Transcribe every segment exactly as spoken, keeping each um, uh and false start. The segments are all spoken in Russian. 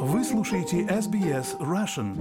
Вы слушаете эс би эс Russian.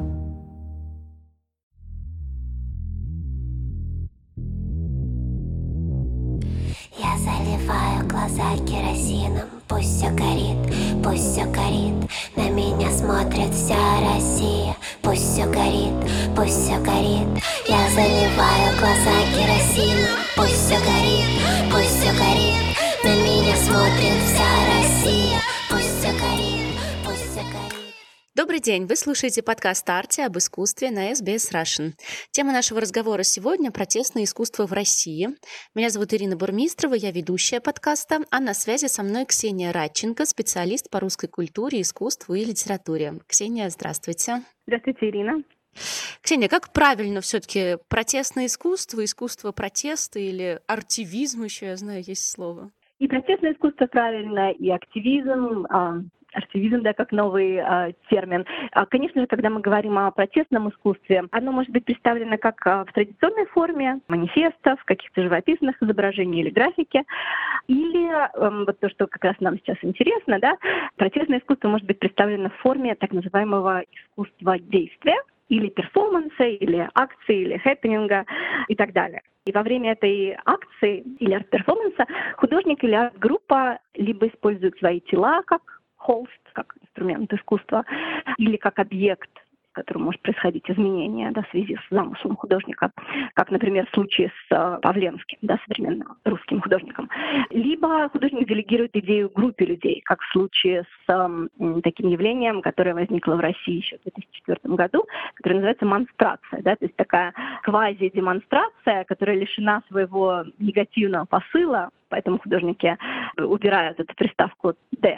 Я заливаю глаза керосином. Пусть все горит, пусть все горит. На меня смотрит вся Россия. Пусть все горит, пусть все горит. Я заливаю глаза керосином. Пусть все горит, пусть все горит. На меня смотрит вся Россия. Пусть все горит, пусть все горит. Добрый день, вы слушаете подкаст «Арти» об искусстве на эс би эс Russian. Тема нашего разговора сегодня – протестное искусство в России. Меня зовут Ирина Бурмистрова, я ведущая подкаста, а на связи со мной Ксения Радченко, специалист по русской культуре, искусству и литературе. Ксения, здравствуйте. Здравствуйте, Ирина. Ксения, как правильно все-таки протестное искусство, искусство протеста или артивизм еще, я знаю, есть слово? И протестное искусство правильно, и активизм, артивизм, да, как новый э, термин. Конечно же, когда мы говорим о протестном искусстве, оно может быть представлено как э, в традиционной форме, манифестов, каких-то живописных изображений или графики, или э, вот то, что как раз нам сейчас интересно, да, протестное искусство может быть представлено в форме так называемого искусства действия, или перформанса, или акции, или хэппининга и так далее. И во время этой акции или арт-перформанса художник или арт-группа либо используют свои тела как холст, как инструмент искусства, или как объект, в котором может происходить изменение, да, в связи с замыслом художника, как, например, в случае с uh, Павленским, да, современным русским художником. Либо художник делегирует идею группе людей, как в случае с um, таким явлением, которое возникло в России еще в две тысячи четвёртом году, которое называется монстрация, да, то есть такая квази-демонстрация, которая лишена своего негативного посыла, поэтому художники убирают эту приставку «д».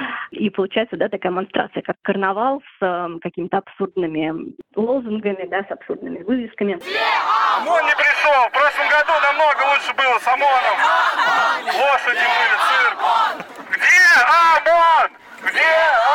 И получается, да, такая монстрация, как карнавал с э, какими-то абсурдными лозунгами, да, с абсурдными вывесками. ОМОН не пришел. В прошлом году намного лучше было с ОМОНом. Лошади были, цирк. Где ОМОН? Где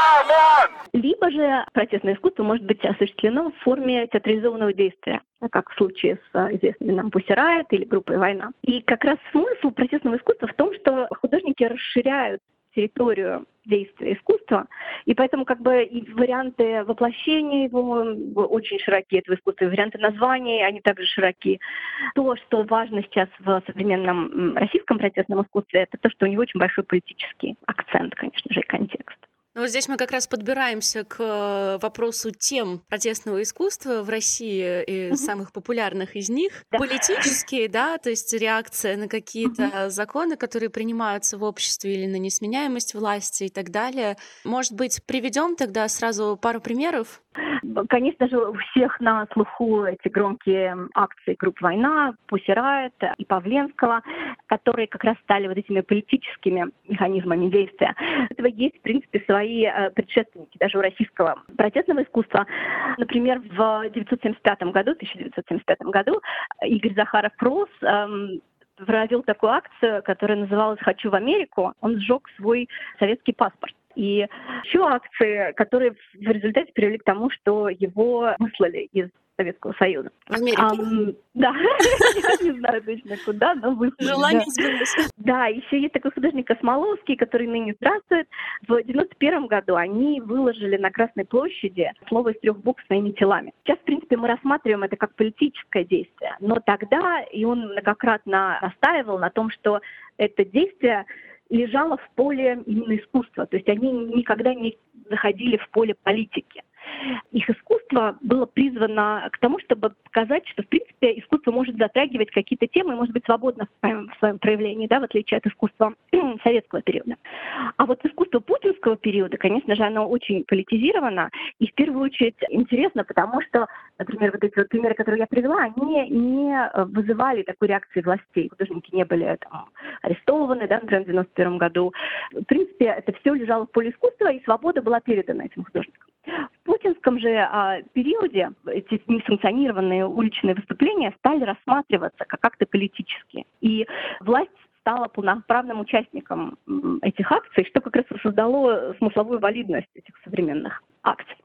ОМОН? Либо же протестное искусство может быть осуществлено в форме театрализованного действия, как в случае с известными нам Pussy Riot или группой «Война». И как раз смысл протестного искусства в том, что художники расширяют территорию действия искусства, и поэтому как бы и варианты воплощения его очень широки, этого искусства, и варианты названий, они также широки. То, что важно сейчас в современном российском протестном искусстве, это то, что у него очень большой политический акцент, конечно же, и контекст. Ну, вот здесь мы как раз подбираемся к вопросу тем протестного искусства в России и mm-hmm. самых популярных из них. Да. Политические, да, то есть реакция на какие-то mm-hmm. законы, которые принимаются в обществе или на несменяемость власти и так далее. Может быть, приведем тогда сразу пару примеров? Конечно же, у всех на слуху эти громкие акции групп «Война», Pussy Riot и Павленского, которые как раз стали вот этими политическими механизмами действия. У этого есть, в принципе, свои предшественники, даже у российского протестного искусства. Например, в девятьсот семьдесят пятом году, тысяча девятьсот семьдесят пятом году Игорь Захаров-Рос эм, провел такую акцию, которая называлась «Хочу в Америку». Он сжег свой советский паспорт. И еще акции, которые в результате привели к тому, что его выслали из Советского Союза. В Америку? Um, да, я не знаю точно куда, но выслали. Желание сбылось. Да, еще есть такой художник Космоловский, который ныне здравствует. В девяносто первом году они выложили на Красной площади слово из трех букв своими телами. Сейчас, в принципе, мы рассматриваем это как политическое действие, но тогда, и он многократно настаивал на том, что это действие лежало в поле именно искусства. То есть они никогда не заходили в поле политики. Их искусство было призвано к тому, чтобы показать, что, в принципе, искусство может затрагивать какие-то темы и может быть свободно в своем, в своем проявлении, да, в отличие от искусства советского периода. А вот искусство путинского периода, конечно же, оно очень политизировано и в первую очередь интересно, потому что, например, вот эти вот примеры, которые я привела, они не вызывали такой реакции властей. Художники не были там арестованы, да, например, в девяносто первом году. В принципе, это все лежало в поле искусства, и свобода была передана этим художникам. В путинском же а, периоде эти несанкционированные уличные выступления стали рассматриваться как акты политические. И власть стала полноправным участником этих акций, что как раз и создало смысловую валидность этих современных акций.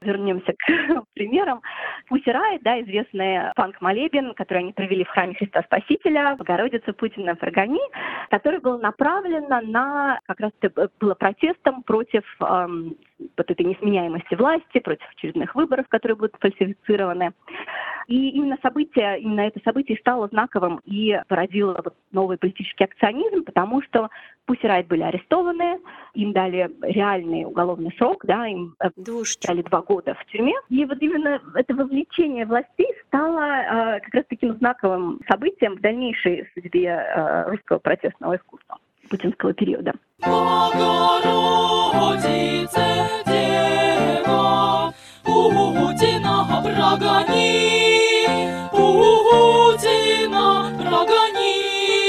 вернемся к примерам. Pussy Riot, да, известный панк-молебен, который они провели в храме Христа Спасителя, Богородицы Путина в Фаргани, который был направлен на, как раз это было протестом против эм, вот этой несменяемости власти, против очередных выборов, которые будут фальсифицированы. И именно событие, именно это событие стало знаковым и породило вот новый политический акционизм, потому что Pussy Riot были арестованы, им дали реальный уголовный срок, да, им дали два года в тюрьме. И вот именно это вовлечение властей стало э, как раз таким знаковым событием в дальнейшей судьбе э, русского протестного искусства путинского периода. Богородице, Дева, Путина прогони, Путина прогони.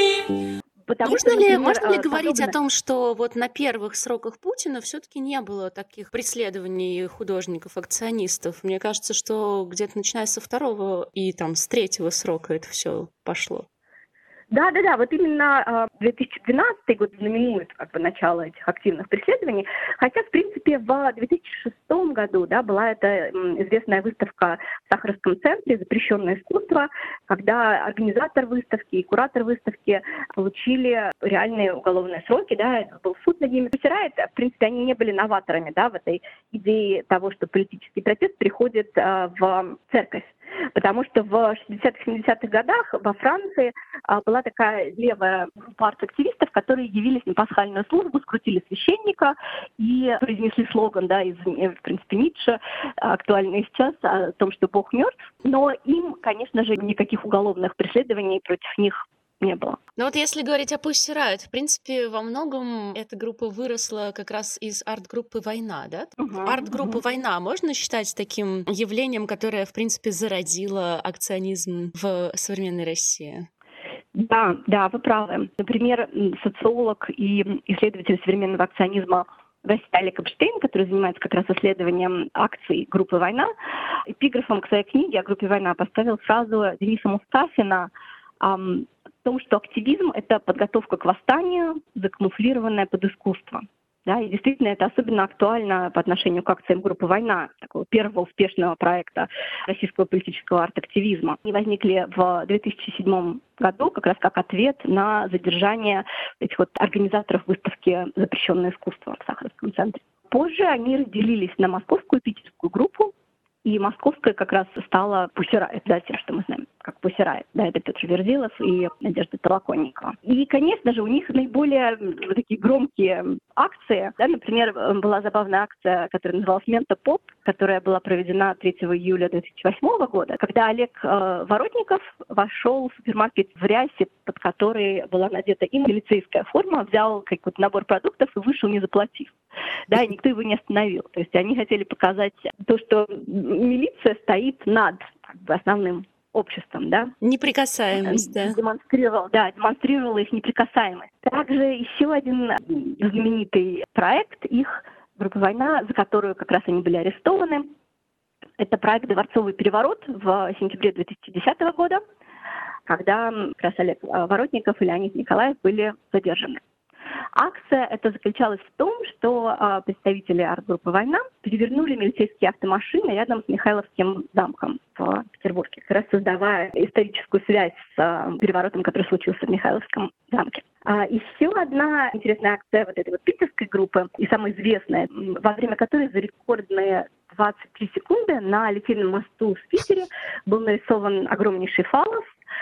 Потому можно что, ли, можно ли говорить подобное... о том, что вот на первых сроках Путина все-таки не было таких преследований художников-акционистов? Мне кажется, что где-то начиная со второго и там с третьего срока это все пошло. Да, да, да, вот именно две тысячи двенадцатый год знаменует как бы начало этих активных преследований, хотя, в принципе, в две тысячи шестом году, да, была эта известная выставка в Сахаровском центре «Запрещенное искусство», когда организатор выставки и куратор выставки получили реальные уголовные сроки, да, это был суд над ними. Pussy Riot, в принципе, они не были новаторами, да, в этой идее того, что политический протест приходит а, в церковь. Потому что в шестидесятых-семидесятых годах во Франции а, была такая левая группа арт-активистов, которые явились на пасхальную службу, скрутили священника и произнесли слоган, да, из, в принципе, Ницше, актуальный сейчас, о том, что Бог мертв. Но им, конечно же, никаких уголовных преследований против них не было. Но вот если говорить о Pussy Riot, в принципе, во многом эта группа выросла как раз из арт-группы «Война», да? Uh-huh, арт-группу uh-huh. «Война» можно считать таким явлением, которое, в принципе, зародило акционизм в современной России? Да, да, вы правы. Например, социолог и исследователь современного акционизма Олег Эпштейн, который занимается как раз исследованием акций группы «Война», эпиграфом к своей книге о группе «Война» поставил фразу Дениса Мустафина о том, что активизм — это подготовка к восстанию, закамуфлированная под искусство. Да, и действительно это особенно актуально по отношению к акциям группы «Война», такого первого успешного проекта российского политического арт-активизма. Они возникли в две тысячи седьмом году как раз как ответ на задержание этих вот организаторов выставки «Запрещенное искусство» в Сахаровском центре. Позже они разделились на московскую и питерскую группу, и московская как раз стала Pussy Riot, да, тем, что мы знаем, как Pussy Riot. Да, это Петр Верзилов и Надежда Толоконникова. И, конечно же, у них наиболее такие громкие акции. Да, например, была забавная акция, которая называлась «Мента Поп», которая была проведена третьего июля две тысячи восьмого года, когда Олег э, Воротников вошел в супермаркет в рясе, под которой была надета им милицейская форма, взял какой-то набор продуктов и вышел, не заплатив. Да, и никто его не остановил. То есть они хотели показать то, что милиция стоит над как бы, основным обществом, да. Неприкасаемость, да. Демонстрировал, да, демонстрировала их неприкасаемость. Также еще один знаменитый проект их группы «Война», за которую как раз они были арестованы, это проект «Дворцовый переворот» в сентябре две тысячи десятого года, когда как раз Олег Воротников и Леонид Николаев были задержаны. Акция эта заключалась в том, что э, представители арт-группы «Война» перевернули милицейские автомашины рядом с Михайловским замком в Петербурге, как раз создавая историческую связь с э, переворотом, который случился в Михайловском замке. А еще одна интересная акция вот этой вот питерской группы, и самая известная, во время которой за рекордные двадцать три секунды на Литейном мосту в Питере был нарисован огромнейший фаллос.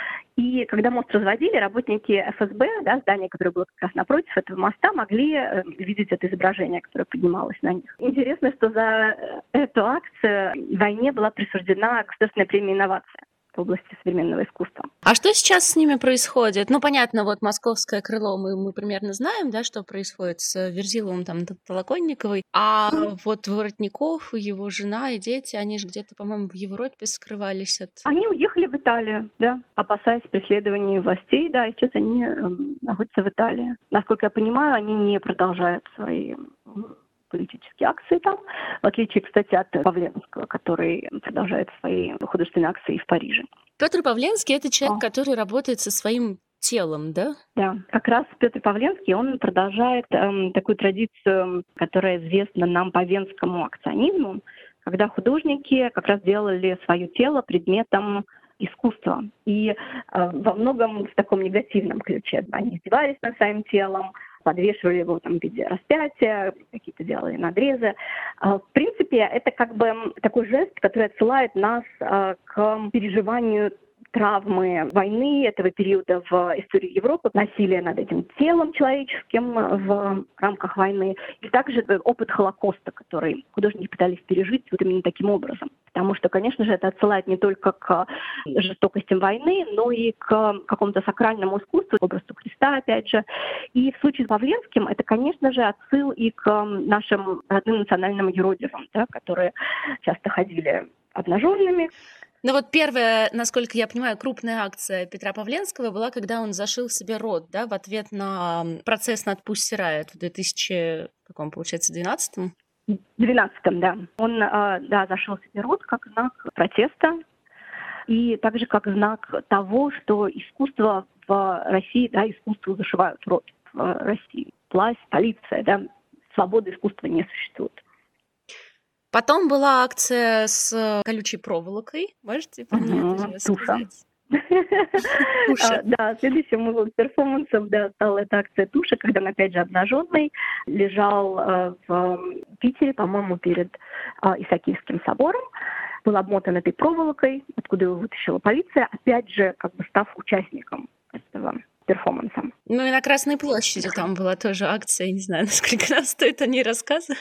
И когда мост разводили, работники эф эс бэ, да, здание, которое было как раз напротив этого моста, могли э, видеть это изображение, которое поднималось на них. Интересно, что за эту акцию войне была присуждена государственная премия «Инновация» в области современного искусства. А что сейчас с ними происходит? Ну, понятно, вот московское крыло мы, мы примерно знаем, да, что происходит с Верзиловым, там, Толоконниковой, а вот Воротников, его жена и дети, они же где-то, по-моему, в Европе скрывались от... Они уехали в Италию, да, опасаясь преследований властей, да, и сейчас они э, находятся в Италии. Насколько я понимаю, они не продолжают свои политические акции там, в отличие, кстати, от Павленского, который продолжает свои художественные акции в Париже. Петр Павленский — это человек, О. который работает со своим телом, да? Да, как раз Петр Павленский, он продолжает эм, такую традицию, которая известна нам по венскому акционизму, когда художники как раз делали свое тело предметом искусства. И э, во многом в таком негативном ключе. Они издевались над своим телом, подвешивали его там, в виде распятия, какие-то делали надрезы. Э, в принципе, это как бы такой жест, который отсылает нас э, к переживанию травмы войны этого периода в истории Европы, насилие над этим телом человеческим в рамках войны, и также опыт Холокоста, который художники пытались пережить вот именно таким образом. Потому что, конечно же, это отсылает не только к жестокостям войны, но и к какому-то сакральному искусству, к образу Христа, опять же. И в случае с Павленским это, конечно же, отсыл и к нашим родным национальным юродивым, да, которые часто ходили обнаженными. Ну вот первая, насколько я понимаю, крупная акция Петра Павленского была, когда он зашил себе рот, да, в ответ на процесс над Pussy Riot в две тысячи, каком, получается, двенадцатом? В двенадцатом, да. Он, да, зашил себе рот как знак протеста и также как знак того, что искусство в России, да, искусству зашивают рот в России. Власть, полиция, да, свободы искусства не существует. Потом была акция с колючей проволокой. Можете про нее тоже рассказать? Туша. Да, следующим его перформансом, да, стала эта акция «Туша», когда он, опять же, обнаженный, лежал э, в Питере, по-моему, перед э, Исаакиевским собором, был обмотан этой проволокой, откуда его вытащила полиция, опять же, как бы став участником этого перформанса. Ну и на Красной площади там была тоже акция, не знаю, насколько нам стоит о ней рассказывать.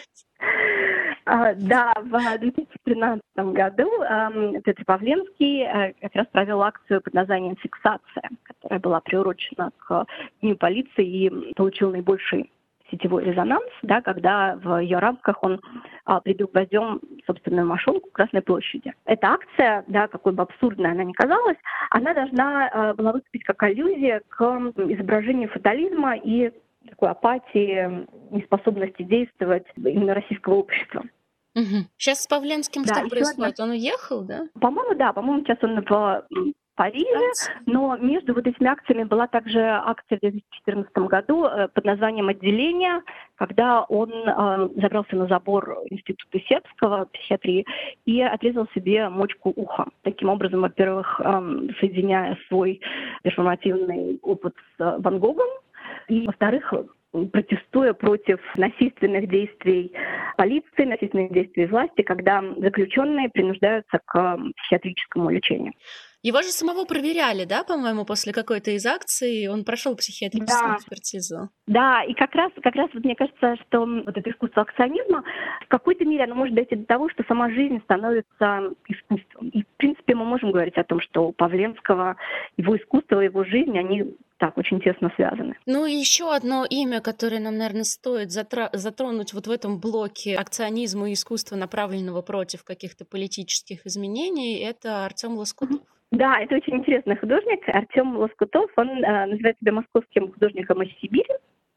Uh, да, в две тысячи тринадцатом году um, Петр Павленский uh, как раз провел акцию под названием «Фиксация», которая была приурочена к Дню полиции и получил наибольший сетевой резонанс, да, когда в ее рамках он uh, прибил гвоздем собственную мошонку к Красной площади. Эта акция, да, какой бы абсурдной она ни казалась, она должна uh, была выступить как аллюзия к изображению фатализма и такой апатии, неспособности действовать именно российского общества. Угу. Сейчас с Павленским да, что происходит? одна... Он уехал, да? По-моему, да. По-моему, сейчас он в Париже. Но между вот этими акциями была также акция в две тысячи четырнадцатом году под названием «Отделение», когда он э, забрался на забор Института сербского психиатрии и отрезал себе мочку уха. Таким образом, во-первых, э, соединяя свой перформативный опыт с Ван Гогом, и, во-вторых, протестуя против насильственных действий полиции, насильственных действий власти, когда заключенные принуждаются к психиатрическому лечению. Его же самого проверяли, да, по-моему, после какой-то из акций, он прошел психиатрическую да. экспертизу. Да, и как раз, как раз вот мне кажется, что вот это искусство акционизма в какой-то мере оно может дойти до того, что сама жизнь становится искусством. И, в принципе, мы можем говорить о том, что у Павленского, его искусство, его жизнь, они так, очень тесно связаны. Ну и еще одно имя, которое нам, наверное, стоит затра- затронуть вот в этом блоке акционизма и искусства, направленного против каких-то политических изменений, это Артем Лоскутов. Да, это очень интересный художник. Артем Лоскутов, он э, называет себя московским художником из Сибири.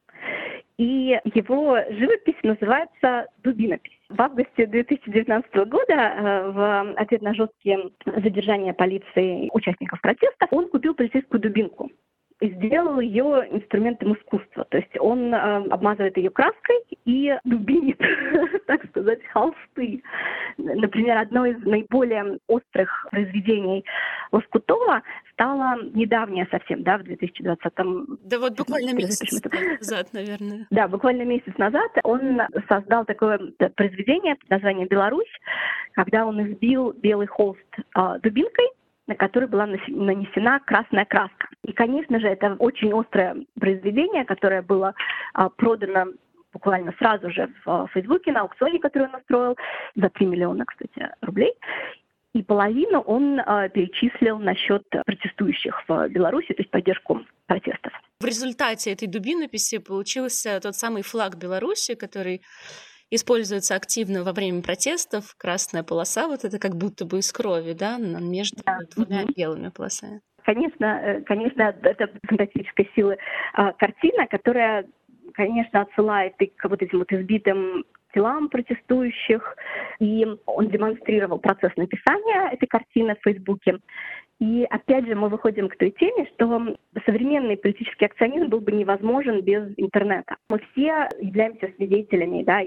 И его живопись называется «Дубинопись». В августе две тысячи девятнадцатого года э, в ответ на жесткие задержания полиции участников протеста он купил полицейскую дубинку и сделал ее инструментом искусства. То есть он э, обмазывает ее краской и дубинит, так сказать, холсты. Например, одно из наиболее острых произведений Лоскутова стало недавнее совсем, да, в две тысячи двадцатом. Да вот буквально месяц назад, наверное. Да, буквально месяц назад он создал такое произведение под названием «Беларусь», когда он избил белый холст э, дубинкой, на которой была нанесена красная краска. И, конечно же, это очень острое произведение, которое было а, продано буквально сразу же в Фейсбуке на аукционе, который он устроил, за три миллиона, кстати, рублей. И половину он а, перечислил на счет протестующих в Беларуси, то есть поддержку протестов. В результате этой дубинописи получился тот самый флаг Беларуси, который используется активно во время протестов. Красная полоса, вот это как будто бы из крови, да, между да. двумя mm-hmm. белыми полосами. Конечно, конечно, это фантастической силы а, картина, которая, конечно, отсылает и к вот этим вот избитым телам протестующих. И он демонстрировал процесс написания этой картины в Фейсбуке. И опять же мы выходим к той теме, что современный политический акционизм был бы невозможен без интернета. Мы все являемся свидетелями, да, и в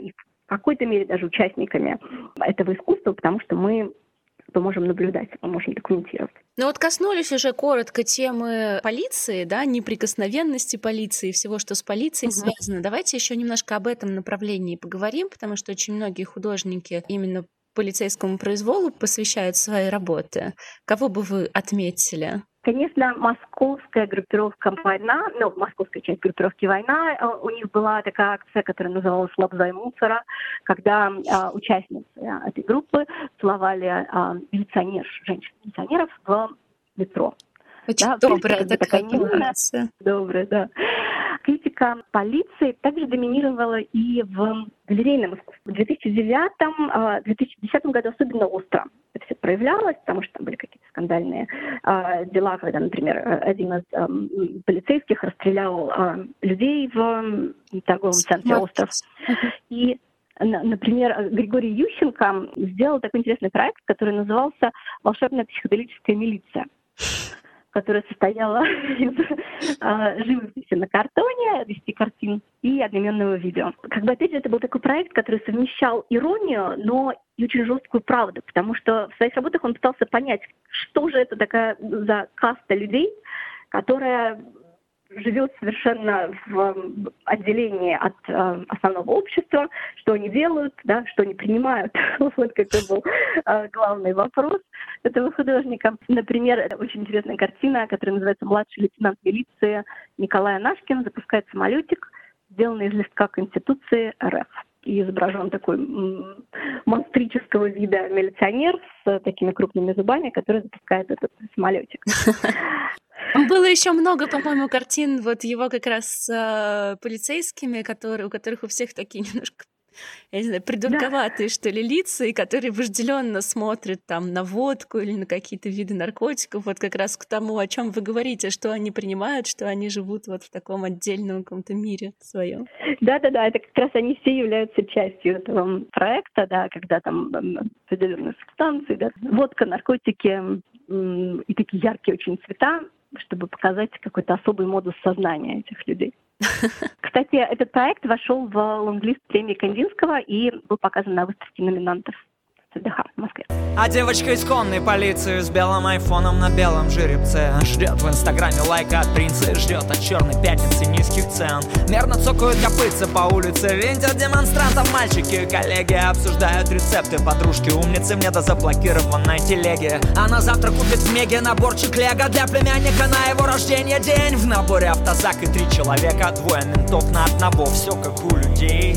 какой-то мере даже участниками этого искусства, потому что мы можем наблюдать, мы можем документировать. Ну вот коснулись уже коротко темы полиции, да, неприкосновенности полиции и всего, что с полицией Мгм. связано. Давайте еще немножко об этом направлении поговорим, потому что очень многие художники именно полицейскому произволу посвящают свои работы. Кого бы вы отметили? Конечно, московская группировка «Война», ну, московская часть группировки «Война», э, у них была такая акция, которая называлась «Лобзай мусора», когда э, участницы э, этой группы целовали э, милиционерш, женщин-милиционеров в метро. Очень Да, добрая как бы такая такая милая. акция. Добрый, да. Критика полиции также доминировала и в галерейном искусстве. В две тысячи девятом — две тысячи десятом году особенно остро это все проявлялось, потому что там были какие-то скандальные э, дела, когда, например, один из э, полицейских расстрелял э, людей в э, торговом центре «Остров». И, н- например, Григорий Ющенко сделал такой интересный проект, который назывался «Волшебная психоделическая милиция», которая состояла из э, живописи на картоне, десяти картин и одноименного видео. Как бы, опять же, это был такой проект, который совмещал иронию, но и очень жесткую правду, потому что в своих работах он пытался понять, что же это такая за каста людей, которая живет совершенно в отделении от э, основного общества, что они делают, да, что они принимают. Вот какой был э, главный вопрос этого художника. Например, очень интересная картина, которая называется «Младший лейтенант милиции» Николай Анашкин запускает самолетик, сделанный из листка Конституции РФ. И изображен такой м- монстрического вида милиционер с такими крупными зубами, который запускает этот самолетик. Было еще много, по-моему, картин вот его как раз с э, полицейскими, которые, у которых у всех такие немножко, я не знаю, придурковатые, что ли, лица, и которые вожделенно смотрят там на водку или на какие-то виды наркотиков, вот как раз к тому, о чем вы говорите, что они принимают, что они живут вот в таком отдельном каком-то мире своем. Да-да-да, это как раз они все являются частью этого проекта, да, когда там м, определенные субстанции, да, водка, наркотики м, и такие яркие очень цвета, чтобы показать какой-то особый модус сознания этих людей. Кстати, этот проект вошел в лонглист премии Кандинского и был показан на выставке номинантов в ЦДХ в Москве. А девочка из конной полиции с белым айфоном на белом жеребце ждет в инстаграме лайка от принца и ждет от черной пятницы низких цен. Мерно цокают копытца по улице, винтят демонстрантов мальчики. Коллеги обсуждают рецепты, подружки умницы мне до заблокированной телеги. А на завтра купит в Меге наборчик лего для племянника на его рождение день. В наборе автозак и три человека, двое ментов на одного. Все как у людей,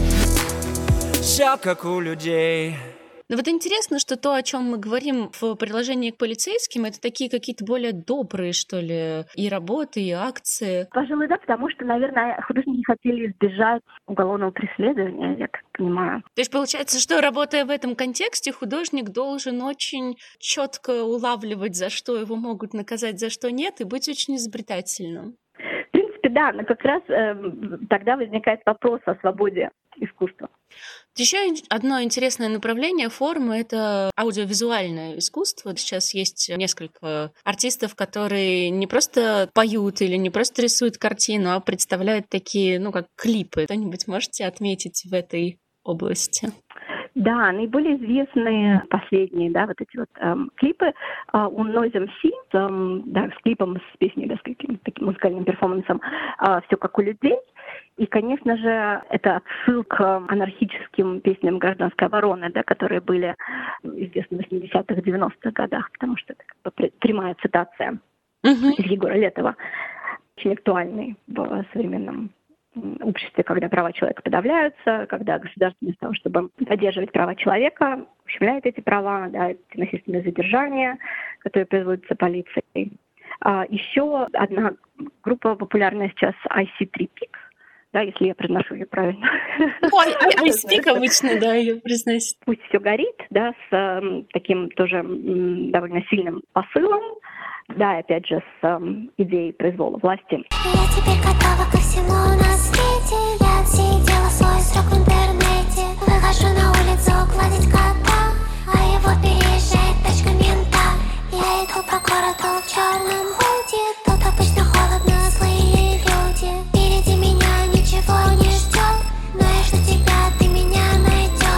все как у людей. Ну вот интересно, что то, о чем мы говорим в приложении к полицейским, это такие какие-то более добрые, что ли, и работы, и акции. Пожалуй, да, потому что, наверное, художники хотели избежать уголовного преследования, я так понимаю. То есть получается, что, работая в этом контексте, художник должен очень четко улавливать, за что его могут наказать, за что нет, и быть очень изобретательным. В принципе, да, но как раз э, тогда возникает вопрос о свободе искусства. Еще одно интересное направление формы — это аудиовизуальное искусство. Сейчас есть несколько артистов, которые не просто поют или не просто рисуют картину, а представляют такие, ну, как клипы. Что-нибудь можете отметить в этой области? Да, наиболее известные последние, да, вот эти вот эм, клипы э, у Noise эм си, с, эм, да, с клипом, с песней, да, с каким-то таким музыкальным перформансом э, «Все как у людей». И, конечно же, это отсылка к анархическим песням гражданской обороны, да, которые были известны в восьмидесятых, девяностых годах, потому что это как бы прямая цитация Угу. из Егора Летова, очень актуальный в современном обществе, когда права человека подавляются, когда государство вместо того, чтобы поддерживать права человека, ущемляет эти права, да, эти насильственные задержания, которые производятся полицией. А еще одна группа популярная сейчас ай си три Peak, да, если я произношу ее правильно. Ой, айспик обычно, да, ее произносит. «Пусть все горит», да, с э, таким тоже м, довольно сильным посылом, да, и опять же с э, идеей произвола власти. Я теперь готова ко всему на свете. Я отсидела свой срок в интернете. Выхожу на улицу гладить кота, а его переезжает тачка мента. Я иду по городу в черном худи. Тут обычно холодно, злые люди. Впереди меня ничего не ждет, но я жду тебя, ты меня найдешь.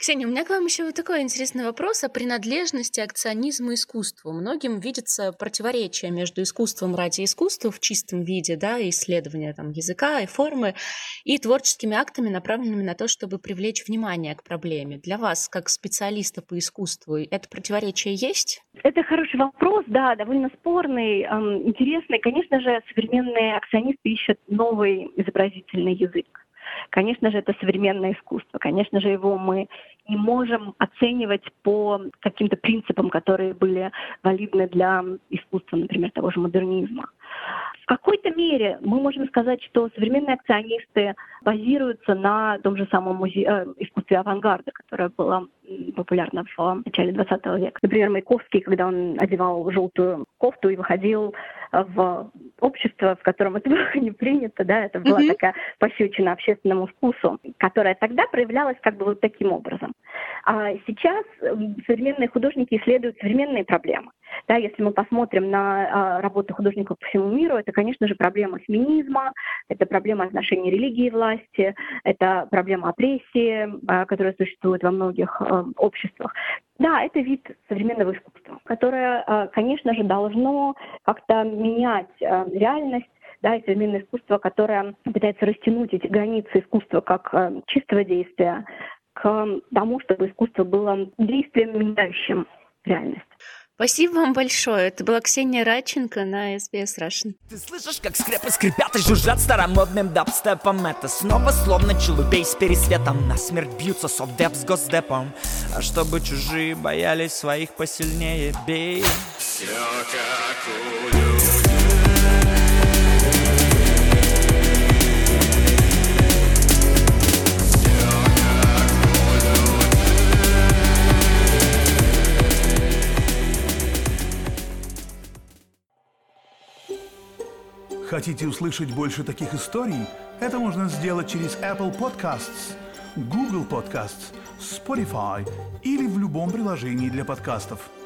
Ксения, у меня к вам еще вот такой интересный вопрос о принадлежности акционизма искусству. Многим видится противоречие между искусством ради искусства в чистом виде, да, исследования там, языка и формы, и творческими актами, направленными на то, чтобы привлечь внимание к проблеме. Для вас, как специалиста по искусству, это противоречие есть? Это хороший вопрос, да, довольно спорный, эм, интересный. Конечно же, современные акционисты ищут новый изобразительный язык. Конечно же, это современное искусство. Конечно же, его мы не можем оценивать по каким-то принципам, которые были валидны для искусства, например, того же модернизма. В какой-то мере мы можем сказать, что современные акционисты базируются на том же самом музе... э, искусстве авангарда, которое было популярно в начале двадцатого века. Например, Маяковский, когда он одевал желтую кофту и выходил в общество, в котором это было не принято, да, это была mm-hmm. такая пощечина общественному вкусу, которая тогда проявлялась как бы вот таким образом. А сейчас современные художники исследуют современные проблемы. Да, если мы посмотрим на а, работы художников по всему миру, это, конечно же, проблема феминизма, это проблема отношений религии и власти, это проблема опрессии, а, которая существует во многих а, обществах. Да, это вид современного искусства, которое, а, конечно же, должно как-то менять а, реальность, да, и современное искусство, которое пытается растянуть эти границы искусства как а, чистого действия к тому, чтобы искусство было действием, меняющим реальность. Спасибо вам большое. Это была Ксения Радченко на эс би эс Russian. Ты слышишь, как скрепы скрипят и жужжат старомодным дабстепом? Это снова словно челубей с пересветом. Насмерть бьются совдеп с госдепом. А чтобы чужие боялись своих посильнее, бей. Все как у людей. Хотите услышать больше таких историй? Это можно сделать через Apple Podcasts, Google Podcasts, Spotify или в любом приложении для подкастов.